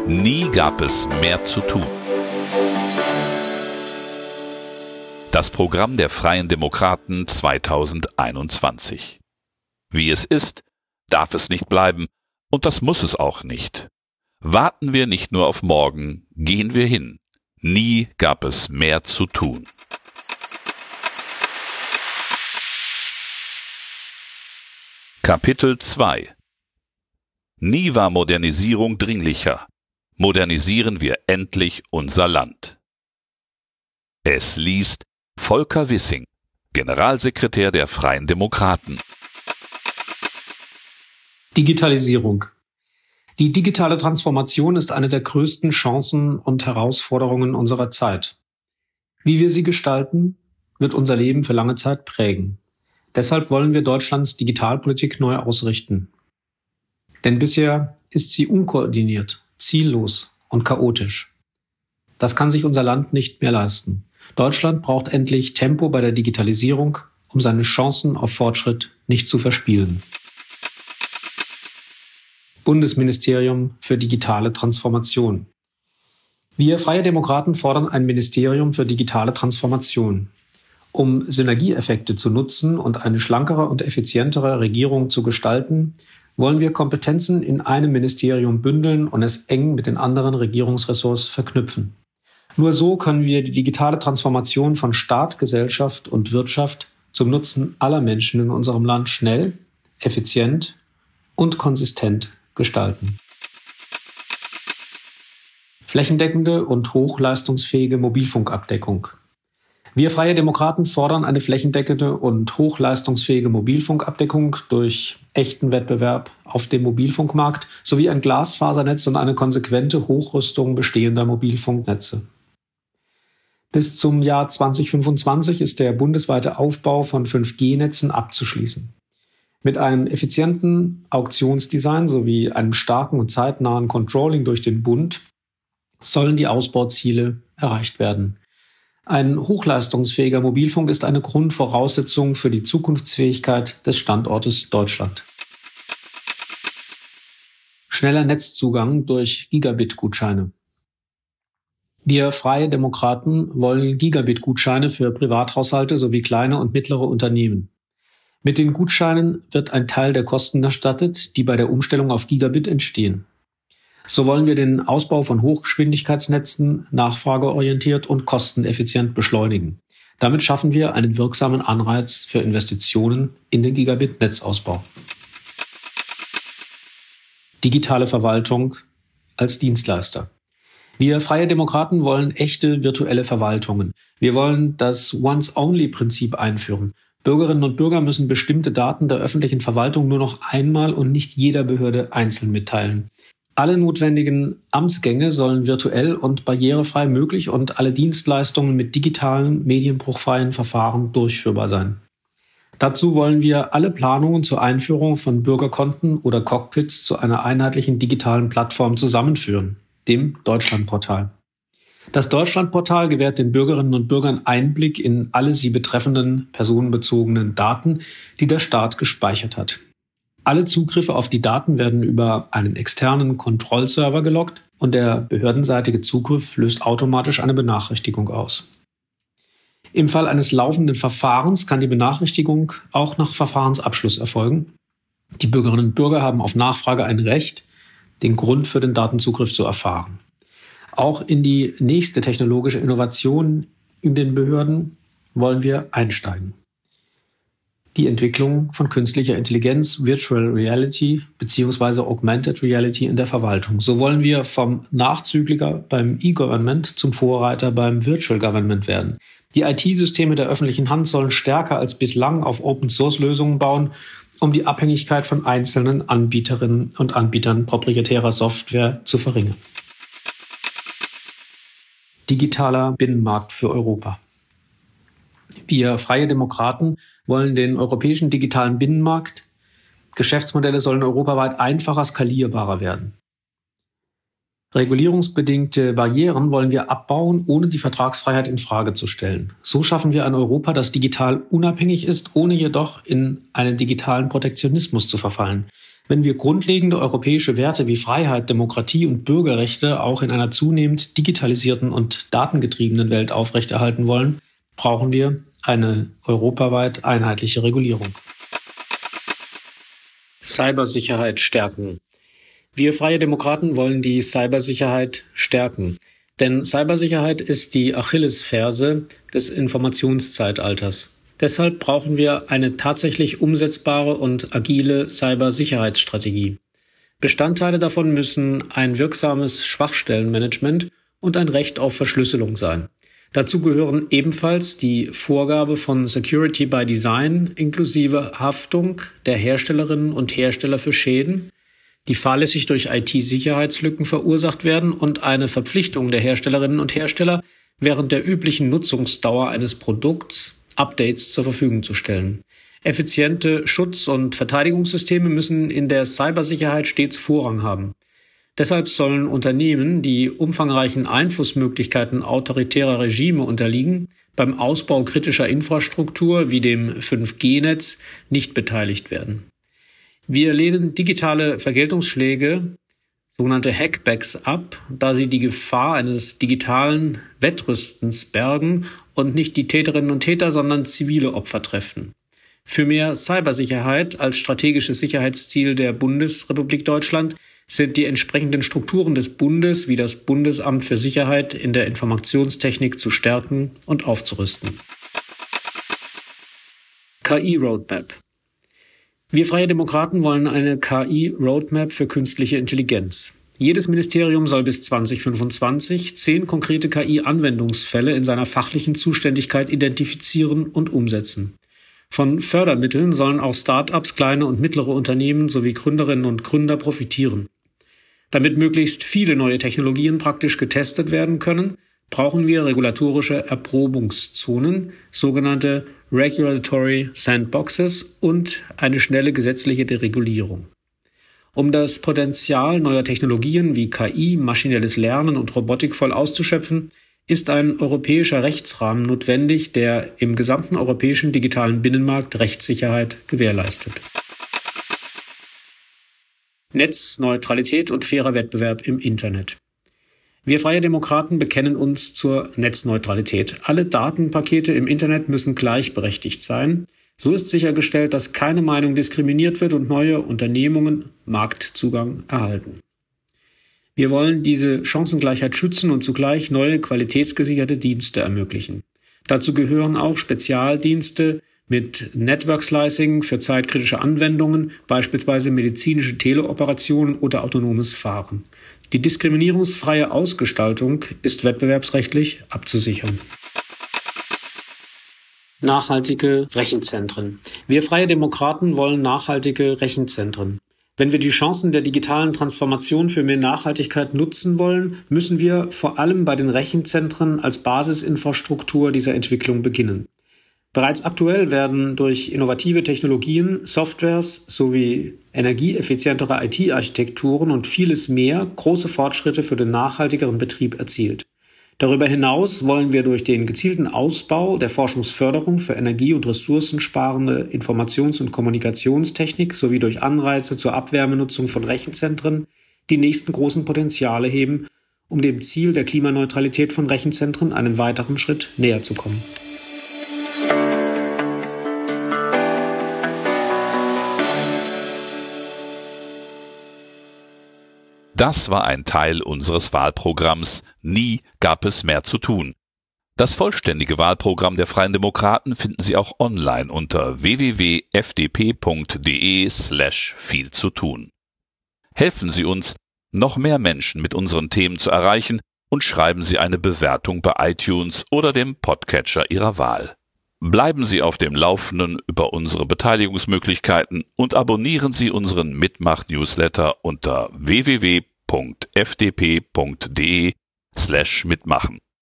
Nie gab es mehr zu tun. Das Programm der Freien Demokraten 2021. Wie es ist, darf es nicht bleiben, und das muss es auch nicht. Warten wir nicht nur auf morgen, gehen wir hin. Nie gab es mehr zu tun. Kapitel 2. Nie war Modernisierung dringlicher. Modernisieren wir endlich unser Land. Es liest Volker Wissing, Generalsekretär der Freien Demokraten. Digitalisierung. Die digitale Transformation ist eine der größten Chancen und Herausforderungen unserer Zeit. Wie wir sie gestalten, wird unser Leben für lange Zeit prägen. Deshalb wollen wir Deutschlands Digitalpolitik neu ausrichten. Denn bisher ist sie unkoordiniert, ziellos und chaotisch. Das kann sich unser Land nicht mehr leisten. Deutschland braucht endlich Tempo bei der Digitalisierung, um seine Chancen auf Fortschritt nicht zu verspielen. Bundesministerium für digitale Transformation. Wir Freie Demokraten fordern ein Ministerium für digitale Transformation. Um Synergieeffekte zu nutzen und eine schlankere und effizientere Regierung zu gestalten, wollen wir Kompetenzen in einem Ministerium bündeln und es eng mit den anderen Regierungsressorts verknüpfen. Nur so können wir die digitale Transformation von Staat, Gesellschaft und Wirtschaft zum Nutzen aller Menschen in unserem Land schnell, effizient und konsistent gestalten. Flächendeckende und hochleistungsfähige Mobilfunkabdeckung. Wir Freie Demokraten fordern eine flächendeckende und hochleistungsfähige Mobilfunkabdeckung durch echten Wettbewerb auf dem Mobilfunkmarkt sowie ein Glasfasernetz und eine konsequente Hochrüstung bestehender Mobilfunknetze. Bis zum Jahr 2025 ist der bundesweite Aufbau von 5G-Netzen abzuschließen. Mit einem effizienten Auktionsdesign sowie einem starken und zeitnahen Controlling durch den Bund sollen die Ausbauziele erreicht werden. Ein hochleistungsfähiger Mobilfunk ist eine Grundvoraussetzung für die Zukunftsfähigkeit des Standortes Deutschland. Schneller Netzzugang durch Gigabit-Gutscheine. Wir Freie Demokraten wollen Gigabit-Gutscheine für Privathaushalte sowie kleine und mittlere Unternehmen. Mit den Gutscheinen wird ein Teil der Kosten erstattet, die bei der Umstellung auf Gigabit entstehen. So wollen wir den Ausbau von Hochgeschwindigkeitsnetzen nachfrageorientiert und kosteneffizient beschleunigen. Damit schaffen wir einen wirksamen Anreiz für Investitionen in den Gigabit-Netzausbau. Digitale Verwaltung als Dienstleister. Wir Freie Demokraten wollen echte virtuelle Verwaltungen. Wir wollen das Once-Only-Prinzip einführen. Bürgerinnen und Bürger müssen bestimmte Daten der öffentlichen Verwaltung nur noch einmal und nicht jeder Behörde einzeln mitteilen. Alle notwendigen Amtsgänge sollen virtuell und barrierefrei möglich und alle Dienstleistungen mit digitalen, medienbruchfreien Verfahren durchführbar sein. Dazu wollen wir alle Planungen zur Einführung von Bürgerkonten oder Cockpits zu einer einheitlichen digitalen Plattform zusammenführen, dem Deutschlandportal. Das Deutschlandportal gewährt den Bürgerinnen und Bürgern Einblick in alle sie betreffenden personenbezogenen Daten, die der Staat gespeichert hat. Alle Zugriffe auf die Daten werden über einen externen Kontrollserver geloggt und der behördenseitige Zugriff löst automatisch eine Benachrichtigung aus. Im Fall eines laufenden Verfahrens kann die Benachrichtigung auch nach Verfahrensabschluss erfolgen. Die Bürgerinnen und Bürger haben auf Nachfrage ein Recht, den Grund für den Datenzugriff zu erfahren. Auch in die nächste technologische Innovation in den Behörden wollen wir einsteigen. Die Entwicklung von künstlicher Intelligenz, Virtual Reality bzw. Augmented Reality in der Verwaltung. So wollen wir vom Nachzügler beim E-Government zum Vorreiter beim Virtual Government werden. Die IT-Systeme der öffentlichen Hand sollen stärker als bislang auf Open-Source-Lösungen bauen, um die Abhängigkeit von einzelnen Anbieterinnen und Anbietern proprietärer Software zu verringern. Digitaler Binnenmarkt für Europa. Wir Freie Demokraten wollen den europäischen digitalen Binnenmarkt. Geschäftsmodelle sollen europaweit einfacher, skalierbarer werden. Regulierungsbedingte Barrieren wollen wir abbauen, ohne die Vertragsfreiheit in Frage zu stellen. So schaffen wir ein Europa, das digital unabhängig ist, ohne jedoch in einen digitalen Protektionismus zu verfallen. Wenn wir grundlegende europäische Werte wie Freiheit, Demokratie und Bürgerrechte auch in einer zunehmend digitalisierten und datengetriebenen Welt aufrechterhalten wollen, brauchen wir eine europaweit einheitliche Regulierung. Cybersicherheit stärken. Wir Freie Demokraten wollen die Cybersicherheit stärken. Denn Cybersicherheit ist die Achillesferse des Informationszeitalters. Deshalb brauchen wir eine tatsächlich umsetzbare und agile Cybersicherheitsstrategie. Bestandteile davon müssen ein wirksames Schwachstellenmanagement und ein Recht auf Verschlüsselung sein. Dazu gehören ebenfalls die Vorgabe von Security by Design inklusive Haftung der Herstellerinnen und Hersteller für Schäden, die fahrlässig durch IT-Sicherheitslücken verursacht werden, und eine Verpflichtung der Herstellerinnen und Hersteller, während der üblichen Nutzungsdauer eines Produkts Updates zur Verfügung zu stellen. Effiziente Schutz- und Verteidigungssysteme müssen in der Cybersicherheit stets Vorrang haben. Deshalb sollen Unternehmen, die umfangreichen Einflussmöglichkeiten autoritärer Regime unterliegen, beim Ausbau kritischer Infrastruktur wie dem 5G-Netz nicht beteiligt werden. Wir lehnen digitale Vergeltungsschläge, sogenannte Hackbacks, ab, da sie die Gefahr eines digitalen Wettrüstens bergen und nicht die Täterinnen und Täter, sondern zivile Opfer treffen. Für mehr Cybersicherheit als strategisches Sicherheitsziel der Bundesrepublik Deutschland sind die entsprechenden Strukturen des Bundes wie das Bundesamt für Sicherheit in der Informationstechnik zu stärken und aufzurüsten. KI-Roadmap. Wir Freie Demokraten wollen eine KI-Roadmap für künstliche Intelligenz. Jedes Ministerium soll bis 2025 10 konkrete KI-Anwendungsfälle in seiner fachlichen Zuständigkeit identifizieren und umsetzen. Von Fördermitteln sollen auch Start-ups, kleine und mittlere Unternehmen sowie Gründerinnen und Gründer profitieren. Damit möglichst viele neue Technologien praktisch getestet werden können, brauchen wir regulatorische Erprobungszonen, sogenannte Regulatory Sandboxes, und eine schnelle gesetzliche Deregulierung. Um das Potenzial neuer Technologien wie KI, maschinelles Lernen und Robotik voll auszuschöpfen, ist ein europäischer Rechtsrahmen notwendig, der im gesamten europäischen digitalen Binnenmarkt Rechtssicherheit gewährleistet. Netzneutralität und fairer Wettbewerb im Internet. Wir Freie Demokraten bekennen uns zur Netzneutralität. Alle Datenpakete im Internet müssen gleichberechtigt sein. So ist sichergestellt, dass keine Meinung diskriminiert wird und neue Unternehmungen Marktzugang erhalten. Wir wollen diese Chancengleichheit schützen und zugleich neue qualitätsgesicherte Dienste ermöglichen. Dazu gehören auch Spezialdienste mit Network Slicing für zeitkritische Anwendungen, beispielsweise medizinische Teleoperationen oder autonomes Fahren. Die diskriminierungsfreie Ausgestaltung ist wettbewerbsrechtlich abzusichern. Nachhaltige Rechenzentren. Wir Freie Demokraten wollen nachhaltige Rechenzentren. Wenn wir die Chancen der digitalen Transformation für mehr Nachhaltigkeit nutzen wollen, müssen wir vor allem bei den Rechenzentren als Basisinfrastruktur dieser Entwicklung beginnen. Bereits aktuell werden durch innovative Technologien, Softwares sowie energieeffizientere IT-Architekturen und vieles mehr große Fortschritte für den nachhaltigeren Betrieb erzielt. Darüber hinaus wollen wir durch den gezielten Ausbau der Forschungsförderung für energie- und ressourcensparende Informations- und Kommunikationstechnik sowie durch Anreize zur Abwärmenutzung von Rechenzentren die nächsten großen Potenziale heben, um dem Ziel der Klimaneutralität von Rechenzentren einen weiteren Schritt näher zu kommen. Das war ein Teil unseres Wahlprogramms Nie gab es mehr zu tun. Das vollständige Wahlprogramm der Freien Demokraten finden Sie auch online unter www.fdp.de/vielzutun. Helfen Sie uns, noch mehr Menschen mit unseren Themen zu erreichen, und schreiben Sie eine Bewertung bei iTunes oder dem Podcatcher Ihrer Wahl. Bleiben Sie auf dem Laufenden über unsere Beteiligungsmöglichkeiten und abonnieren Sie unseren Mitmach-Newsletter unter www.fdp.de/mitmachen.